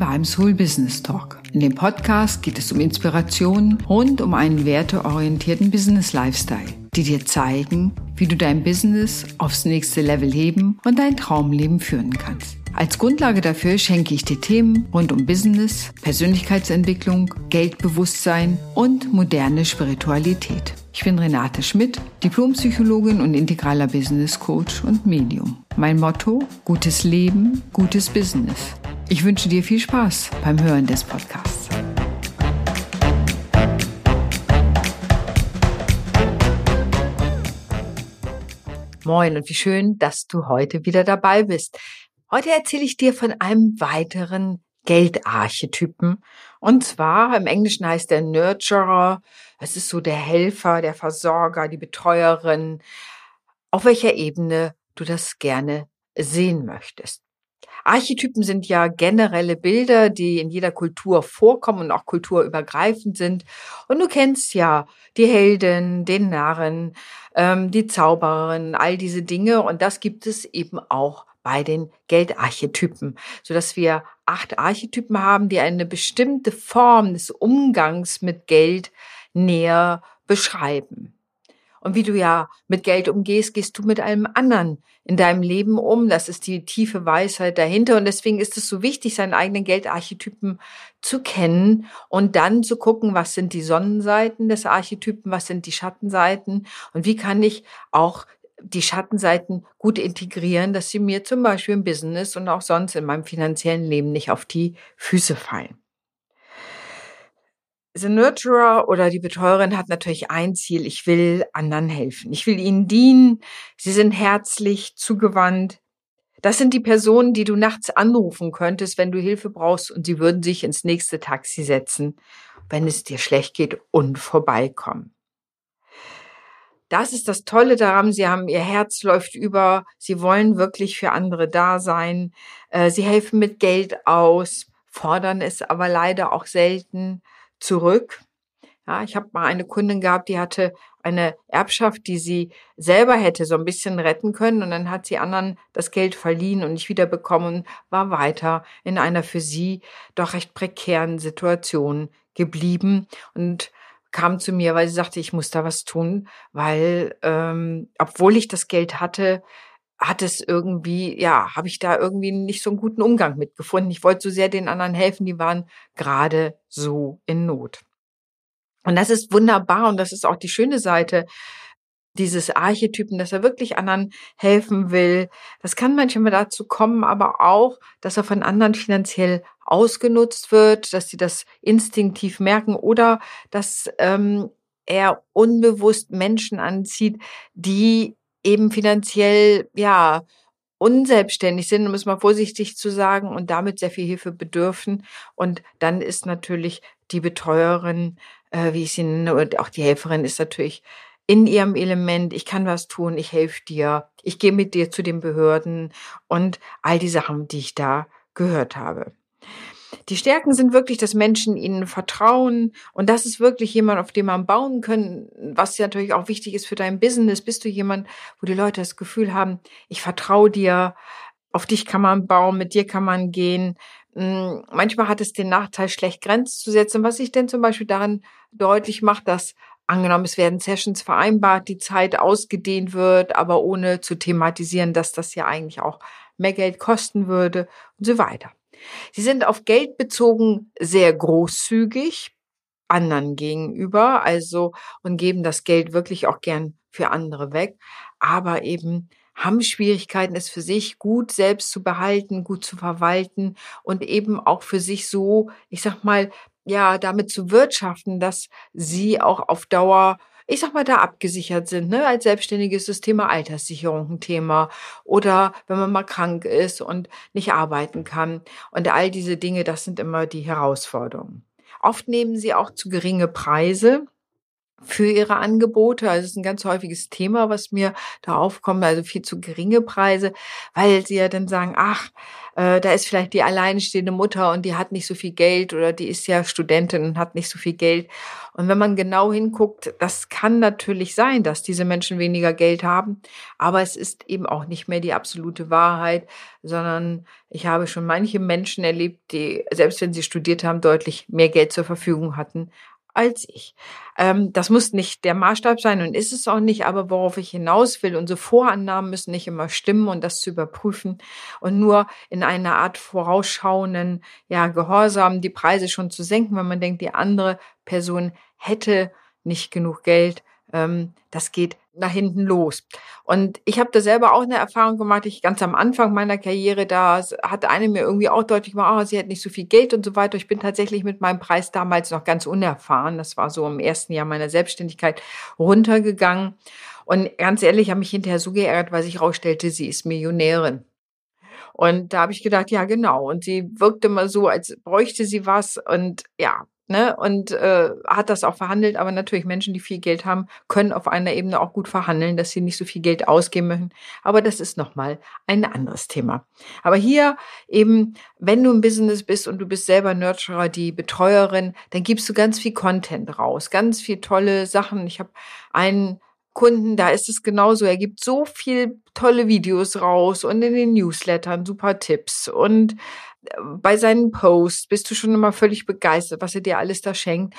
beim Soul Business Talk. In dem Podcast geht es um Inspiration rund um einen werteorientierten Business Lifestyle, die dir zeigen, wie du dein Business aufs nächste Level heben und dein Traumleben führen kannst. Als Grundlage dafür schenke ich dir Themen rund um Business, Persönlichkeitsentwicklung, Geldbewusstsein und moderne Spiritualität. Ich bin Renate Schmidt, Diplompsychologin und integraler Business Coach und Medium. Mein Motto: gutes Leben, gutes Business. Ich wünsche dir viel Spaß beim Hören des Podcasts. Moin und wie schön, dass du heute wieder dabei bist. Heute erzähle ich dir von einem weiteren Geldarchetypen. Und zwar, im Englischen heißt der Nurturer. Es ist so der Helfer, der Versorger, die Betreuerin, auf welcher Ebene du das gerne sehen möchtest. Archetypen sind ja generelle Bilder, die in jeder Kultur vorkommen und auch kulturübergreifend sind. Und du kennst ja die Heldin, den Narren, die Zaubererin, all diese Dinge. Und das gibt es eben auch bei den Geldarchetypen, sodass wir 8 Archetypen haben, die eine bestimmte Form des Umgangs mit Geld näher beschreiben. Und wie du ja mit Geld umgehst, gehst du mit allem anderen in deinem Leben um. Das ist die tiefe Weisheit dahinter. Und deswegen ist es so wichtig, seinen eigenen Geldarchetypen zu kennen und dann zu gucken, was sind die Sonnenseiten des Archetypen, was sind die Schattenseiten und wie kann ich auch die Schattenseiten gut integrieren, dass sie mir zum Beispiel im Business und auch sonst in meinem finanziellen Leben nicht auf die Füße fallen. The Nurturer oder die Betreuerin hat natürlich ein Ziel: ich will anderen helfen. Ich will ihnen dienen. Sie sind herzlich, zugewandt. Das sind die Personen, die du nachts anrufen könntest, wenn du Hilfe brauchst, und sie würden sich ins nächste Taxi setzen, wenn es dir schlecht geht, und vorbeikommen. Das ist das Tolle daran. Sie haben, ihr Herz läuft über. Sie wollen wirklich für andere da sein. Sie helfen mit Geld aus, fordern es aber leider auch selten zurück. Ja, ich habe mal eine Kundin gehabt, die hatte eine Erbschaft, die sie selber hätte so ein bisschen retten können, und dann hat sie anderen das Geld verliehen und nicht wiederbekommen, war weiter in einer für sie doch recht prekären Situation geblieben und kam zu mir, weil sie sagte, ich muss da was tun, weil obwohl ich das Geld hatte, habe ich da irgendwie nicht so einen guten Umgang mit gefunden. Ich wollte so sehr den anderen helfen, die waren gerade so in Not. Und das ist wunderbar, und das ist auch die schöne Seite dieses Archetypen, dass er wirklich anderen helfen will. Das kann manchmal dazu kommen, aber auch, dass er von anderen finanziell ausgenutzt wird, dass sie das instinktiv merken, oder dass er unbewusst Menschen anzieht, die eben finanziell, unselbstständig sind, um es mal vorsichtig zu sagen, und damit sehr viel Hilfe bedürfen. Und dann ist natürlich die Betreuerin, wie ich sie nenne, und auch die Helferin ist natürlich in ihrem Element. Ich kann was tun, ich helfe dir, ich gehe mit dir zu den Behörden und all die Sachen, die ich da gehört habe. Die Stärken sind wirklich, dass Menschen ihnen vertrauen, und das ist wirklich jemand, auf den man bauen können, was ja natürlich auch wichtig ist für dein Business. Bist du jemand, wo die Leute das Gefühl haben, ich vertraue dir, auf dich kann man bauen, mit dir kann man gehen. Manchmal hat es den Nachteil, schlecht Grenzen zu setzen, was sich denn zum Beispiel daran deutlich macht, dass angenommen, es werden Sessions vereinbart, die Zeit ausgedehnt wird, aber ohne zu thematisieren, dass das ja eigentlich auch mehr Geld kosten würde und so weiter. Sie sind auf Geld bezogen sehr großzügig anderen gegenüber, und geben das Geld wirklich auch gern für andere weg, aber eben haben Schwierigkeiten, es für sich gut selbst zu behalten, gut zu verwalten und eben auch für sich so, ich sag mal, damit zu wirtschaften, dass sie auch auf Dauer, ich sag mal, da abgesichert sind, ne? Als Selbstständiges ist das Thema Alterssicherung ein Thema, oder wenn man mal krank ist und nicht arbeiten kann, und all diese Dinge, das sind immer die Herausforderungen. Oft nehmen sie auch zu geringe Preise für ihre Angebote. Also, es ist ein ganz häufiges Thema, was mir da aufkommt, also viel zu geringe Preise, weil sie ja dann sagen: „Ach, da ist vielleicht die alleinstehende Mutter und die hat nicht so viel Geld oder die ist ja Studentin und hat nicht so viel Geld.“ Und wenn man genau hinguckt, das kann natürlich sein, dass diese Menschen weniger Geld haben, aber es ist eben auch nicht mehr die absolute Wahrheit, sondern ich habe schon manche Menschen erlebt, die, selbst wenn sie studiert haben, deutlich mehr Geld zur Verfügung hatten als ich. Das muss nicht der Maßstab sein und ist es auch nicht, aber worauf ich hinaus will, unsere Vorannahmen müssen nicht immer stimmen und das zu überprüfen und nur in einer Art vorausschauenden, ja, Gehorsam die Preise schon zu senken, wenn man denkt, die andere Person hätte nicht genug Geld. Das geht nach hinten los. Und ich habe da selber auch eine Erfahrung gemacht, ich ganz am Anfang meiner Karriere, da hat eine mir irgendwie auch deutlich gemacht, sie hat nicht so viel Geld und so weiter. Ich bin tatsächlich mit meinem Preis damals noch ganz unerfahren, das war so im ersten Jahr meiner Selbstständigkeit, runtergegangen. Und ganz ehrlich, habe mich hinterher so geärgert, weil sich herausstellte, sie ist Millionärin. Und da habe ich gedacht, ja genau. Und sie wirkte mal so, als bräuchte sie was und ja, ne? Und, hat das auch verhandelt. Aber natürlich Menschen, die viel Geld haben, können auf einer Ebene auch gut verhandeln, dass sie nicht so viel Geld ausgeben möchten. Aber das ist noch mal ein anderes Thema. Aber hier eben, wenn du im Business bist und du bist selber Nurturer, die Betreuerin, dann gibst du ganz viel Content raus, ganz viel tolle Sachen. Ich habe einen Kunden, da ist es genauso. Er gibt so viel tolle Videos raus und in den Newslettern super Tipps und bei seinen Posts bist du schon immer völlig begeistert, was er dir alles da schenkt.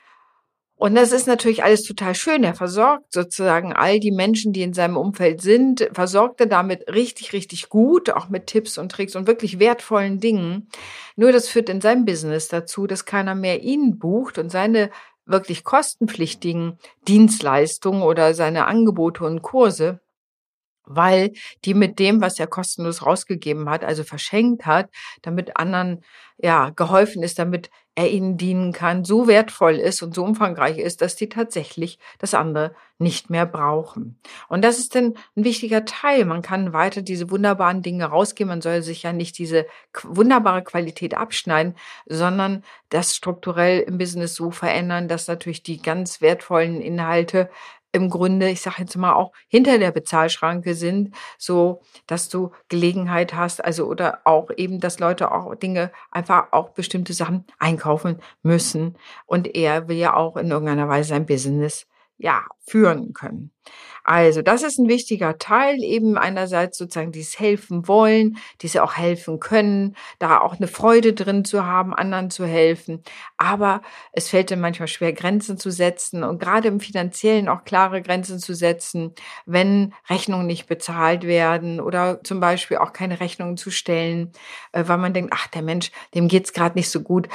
Und das ist natürlich alles total schön. Er versorgt sozusagen all die Menschen, die in seinem Umfeld sind, versorgt er damit richtig, richtig gut, auch mit Tipps und Tricks und wirklich wertvollen Dingen. Nur das führt in seinem Business dazu, dass keiner mehr ihn bucht und seine wirklich kostenpflichtigen Dienstleistungen oder seine Angebote und Kurse, weil die mit dem, was er kostenlos rausgegeben hat, also verschenkt hat, damit anderen, ja, geholfen ist, damit er ihnen dienen kann, so wertvoll ist und so umfangreich ist, dass die tatsächlich das andere nicht mehr brauchen. Und das ist dann ein wichtiger Teil. Man kann weiter diese wunderbaren Dinge rausgeben. Man soll sich ja nicht diese wunderbare Qualität abschneiden, sondern das strukturell im Business so verändern, dass natürlich die ganz wertvollen Inhalte im Grunde, ich sage jetzt mal, auch hinter der Bezahlschranke sind, so dass du Gelegenheit hast, also oder auch eben, dass Leute auch Dinge einfach auch bestimmte Sachen einkaufen müssen. Und er will ja auch in irgendeiner Weise sein Business, ja, führen können. Also, das ist ein wichtiger Teil, eben einerseits sozusagen dieses helfen wollen, diese auch helfen können, da auch eine Freude drin zu haben, anderen zu helfen. Aber es fällt dann manchmal schwer, Grenzen zu setzen und gerade im Finanziellen auch klare Grenzen zu setzen, wenn Rechnungen nicht bezahlt werden oder zum Beispiel auch keine Rechnungen zu stellen, weil man denkt: „Ach, der Mensch, dem geht's gerade nicht so gut.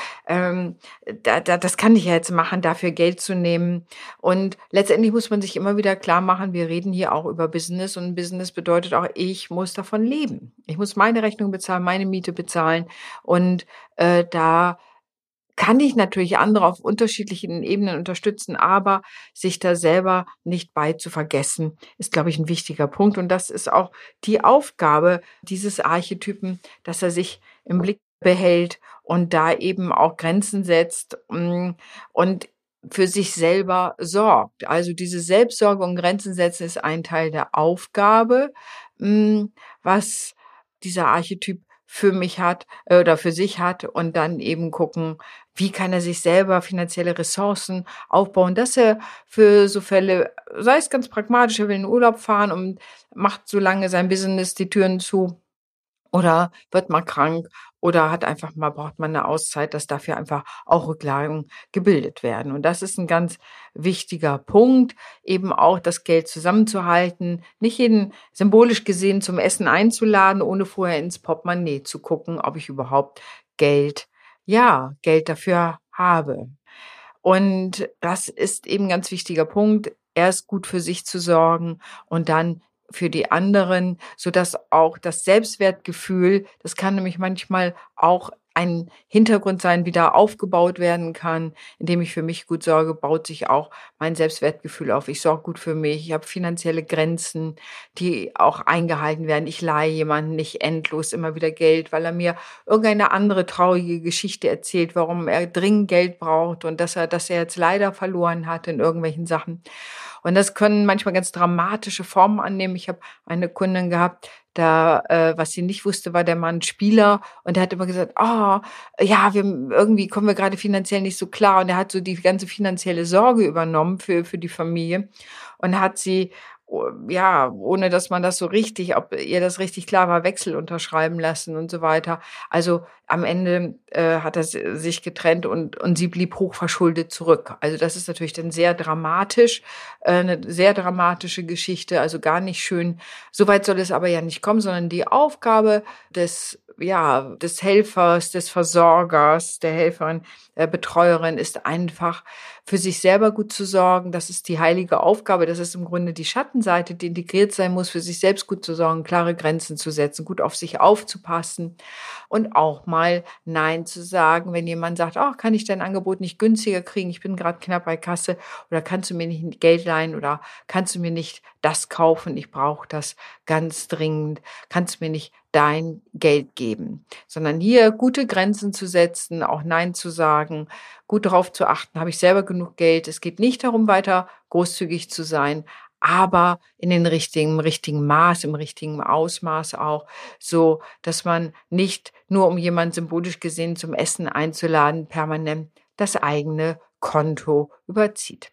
Das kann ich ja jetzt machen, dafür Geld zu nehmen.“ Und letztendlich muss man sich immer wieder klarmachen, wir reden hier auch über Business und Business bedeutet auch, ich muss davon leben. Ich muss meine Rechnung bezahlen, meine Miete bezahlen und, da kann ich natürlich andere auf unterschiedlichen Ebenen unterstützen, aber sich da selber nicht bei zu vergessen, ist, glaube ich, ein wichtiger Punkt. Und das ist auch die Aufgabe dieses Archetypen, dass er sich im Blick behält und da eben auch Grenzen setzt, und für sich selber sorgt. Also, diese Selbstsorge und Grenzen setzen ist ein Teil der Aufgabe, hm, was dieser Archetyp für mich hat, oder für sich hat und dann eben gucken, wie kann er sich selber finanzielle Ressourcen aufbauen, dass er für so Fälle, sei es ganz pragmatisch, er will in den Urlaub fahren und macht so lange sein Business die Türen zu oder wird mal krank oder hat einfach mal braucht man 'ne Auszeit, dass dafür einfach auch Rücklagen gebildet werden. Und das ist 'n ganz wichtiger Punkt, eben auch das Geld zusammenzuhalten, nicht jeden symbolisch gesehen zum Essen einzuladen, ohne vorher ins Portemonnaie zu gucken, ob ich überhaupt Geld Geld dafür habe. Und das ist eben 'n ganz wichtiger Punkt, erst gut für sich zu sorgen und dann für die anderen, sodass auch das Selbstwertgefühl, das kann nämlich manchmal auch ein Hintergrund sein, wie da aufgebaut werden kann. Indem ich für mich gut sorge, baut sich auch mein Selbstwertgefühl auf. Ich sorge gut für mich. Ich habe finanzielle Grenzen, die auch eingehalten werden. Ich leihe jemanden nicht endlos immer wieder Geld, weil er mir irgendeine andere traurige Geschichte erzählt, warum er dringend Geld braucht und dass er jetzt leider verloren hat in irgendwelchen Sachen. Und das können manchmal ganz dramatische Formen annehmen. Ich habe eine Kundin gehabt, was sie nicht wusste, war der Mann Spieler und der hat immer gesagt, oh, ja, irgendwie kommen wir gerade finanziell nicht so klar. Und er hat so die ganze finanzielle Sorge übernommen für die Familie und hat sie, ja, ohne dass man das so richtig, ob ihr das richtig klar war, Wechsel unterschreiben lassen und so weiter. Also am Ende hat er sich getrennt und sie blieb hochverschuldet zurück. Also das ist natürlich dann sehr dramatisch, eine sehr dramatische Geschichte, also gar nicht schön. Soweit soll es aber ja nicht kommen, sondern die Aufgabe des Helfers, des Versorgers, der Helferin, Betreuerin ist einfach für sich selber gut zu sorgen. Das ist die heilige Aufgabe. Das ist im Grunde die Schattenseite, die integriert sein muss, für sich selbst gut zu sorgen, klare Grenzen zu setzen, gut auf sich aufzupassen und auch mal Nein zu sagen, wenn jemand sagt, oh, kann ich dein Angebot nicht günstiger kriegen? Ich bin gerade knapp bei Kasse oder kannst du mir nicht Geld leihen oder kannst du mir nicht das kaufen? Ich brauche das ganz dringend. Kannst du mir nicht dein Geld geben? Sondern hier gute Grenzen zu setzen, auch Nein zu sagen, gut darauf zu achten, habe ich selber genug Geld. Es geht nicht darum, weiter großzügig zu sein, aber in den richtigen Maß, im richtigen Ausmaß auch, so dass man nicht nur, um jemanden symbolisch gesehen zum Essen einzuladen, permanent das eigene Konto überzieht.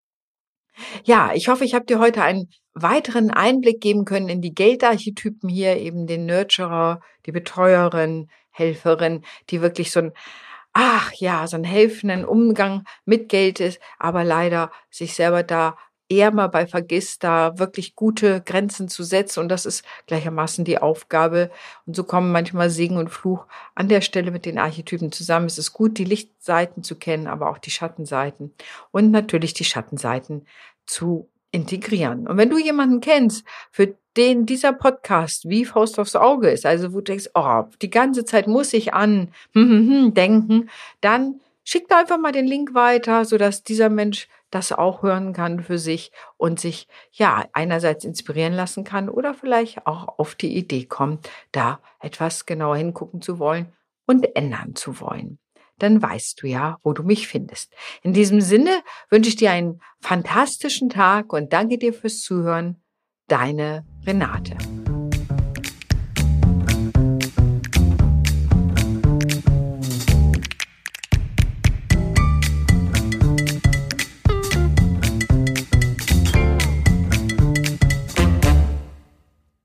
Ja, ich hoffe, ich habe dir heute einen weiteren Einblick geben können in die Geldarchetypen hier, eben den Nurturer, die Betreuerin, Helferin, die wirklich so einen helfenden Umgang mit Geld ist, aber leider sich selber da eher mal bei vergisst, da wirklich gute Grenzen zu setzen. Und das ist gleichermaßen die Aufgabe. Und so kommen manchmal Segen und Fluch an der Stelle mit den Archetypen zusammen. Es ist gut, die Lichtseiten zu kennen, aber auch die Schattenseiten. Und natürlich die Schattenseiten zu integrieren. Und wenn du jemanden kennst, für den dieser Podcast wie Faust aufs Auge ist, also wo du denkst, oh, die ganze Zeit muss ich an denken, dann schick da einfach mal den Link weiter, sodass dieser Mensch das auch hören kann für sich und sich ja einerseits inspirieren lassen kann oder vielleicht auch auf die Idee kommt, da etwas genauer hingucken zu wollen und ändern zu wollen. Dann weißt du ja, wo du mich findest. In diesem Sinne wünsche ich dir einen fantastischen Tag und danke dir fürs Zuhören. Deine Renate.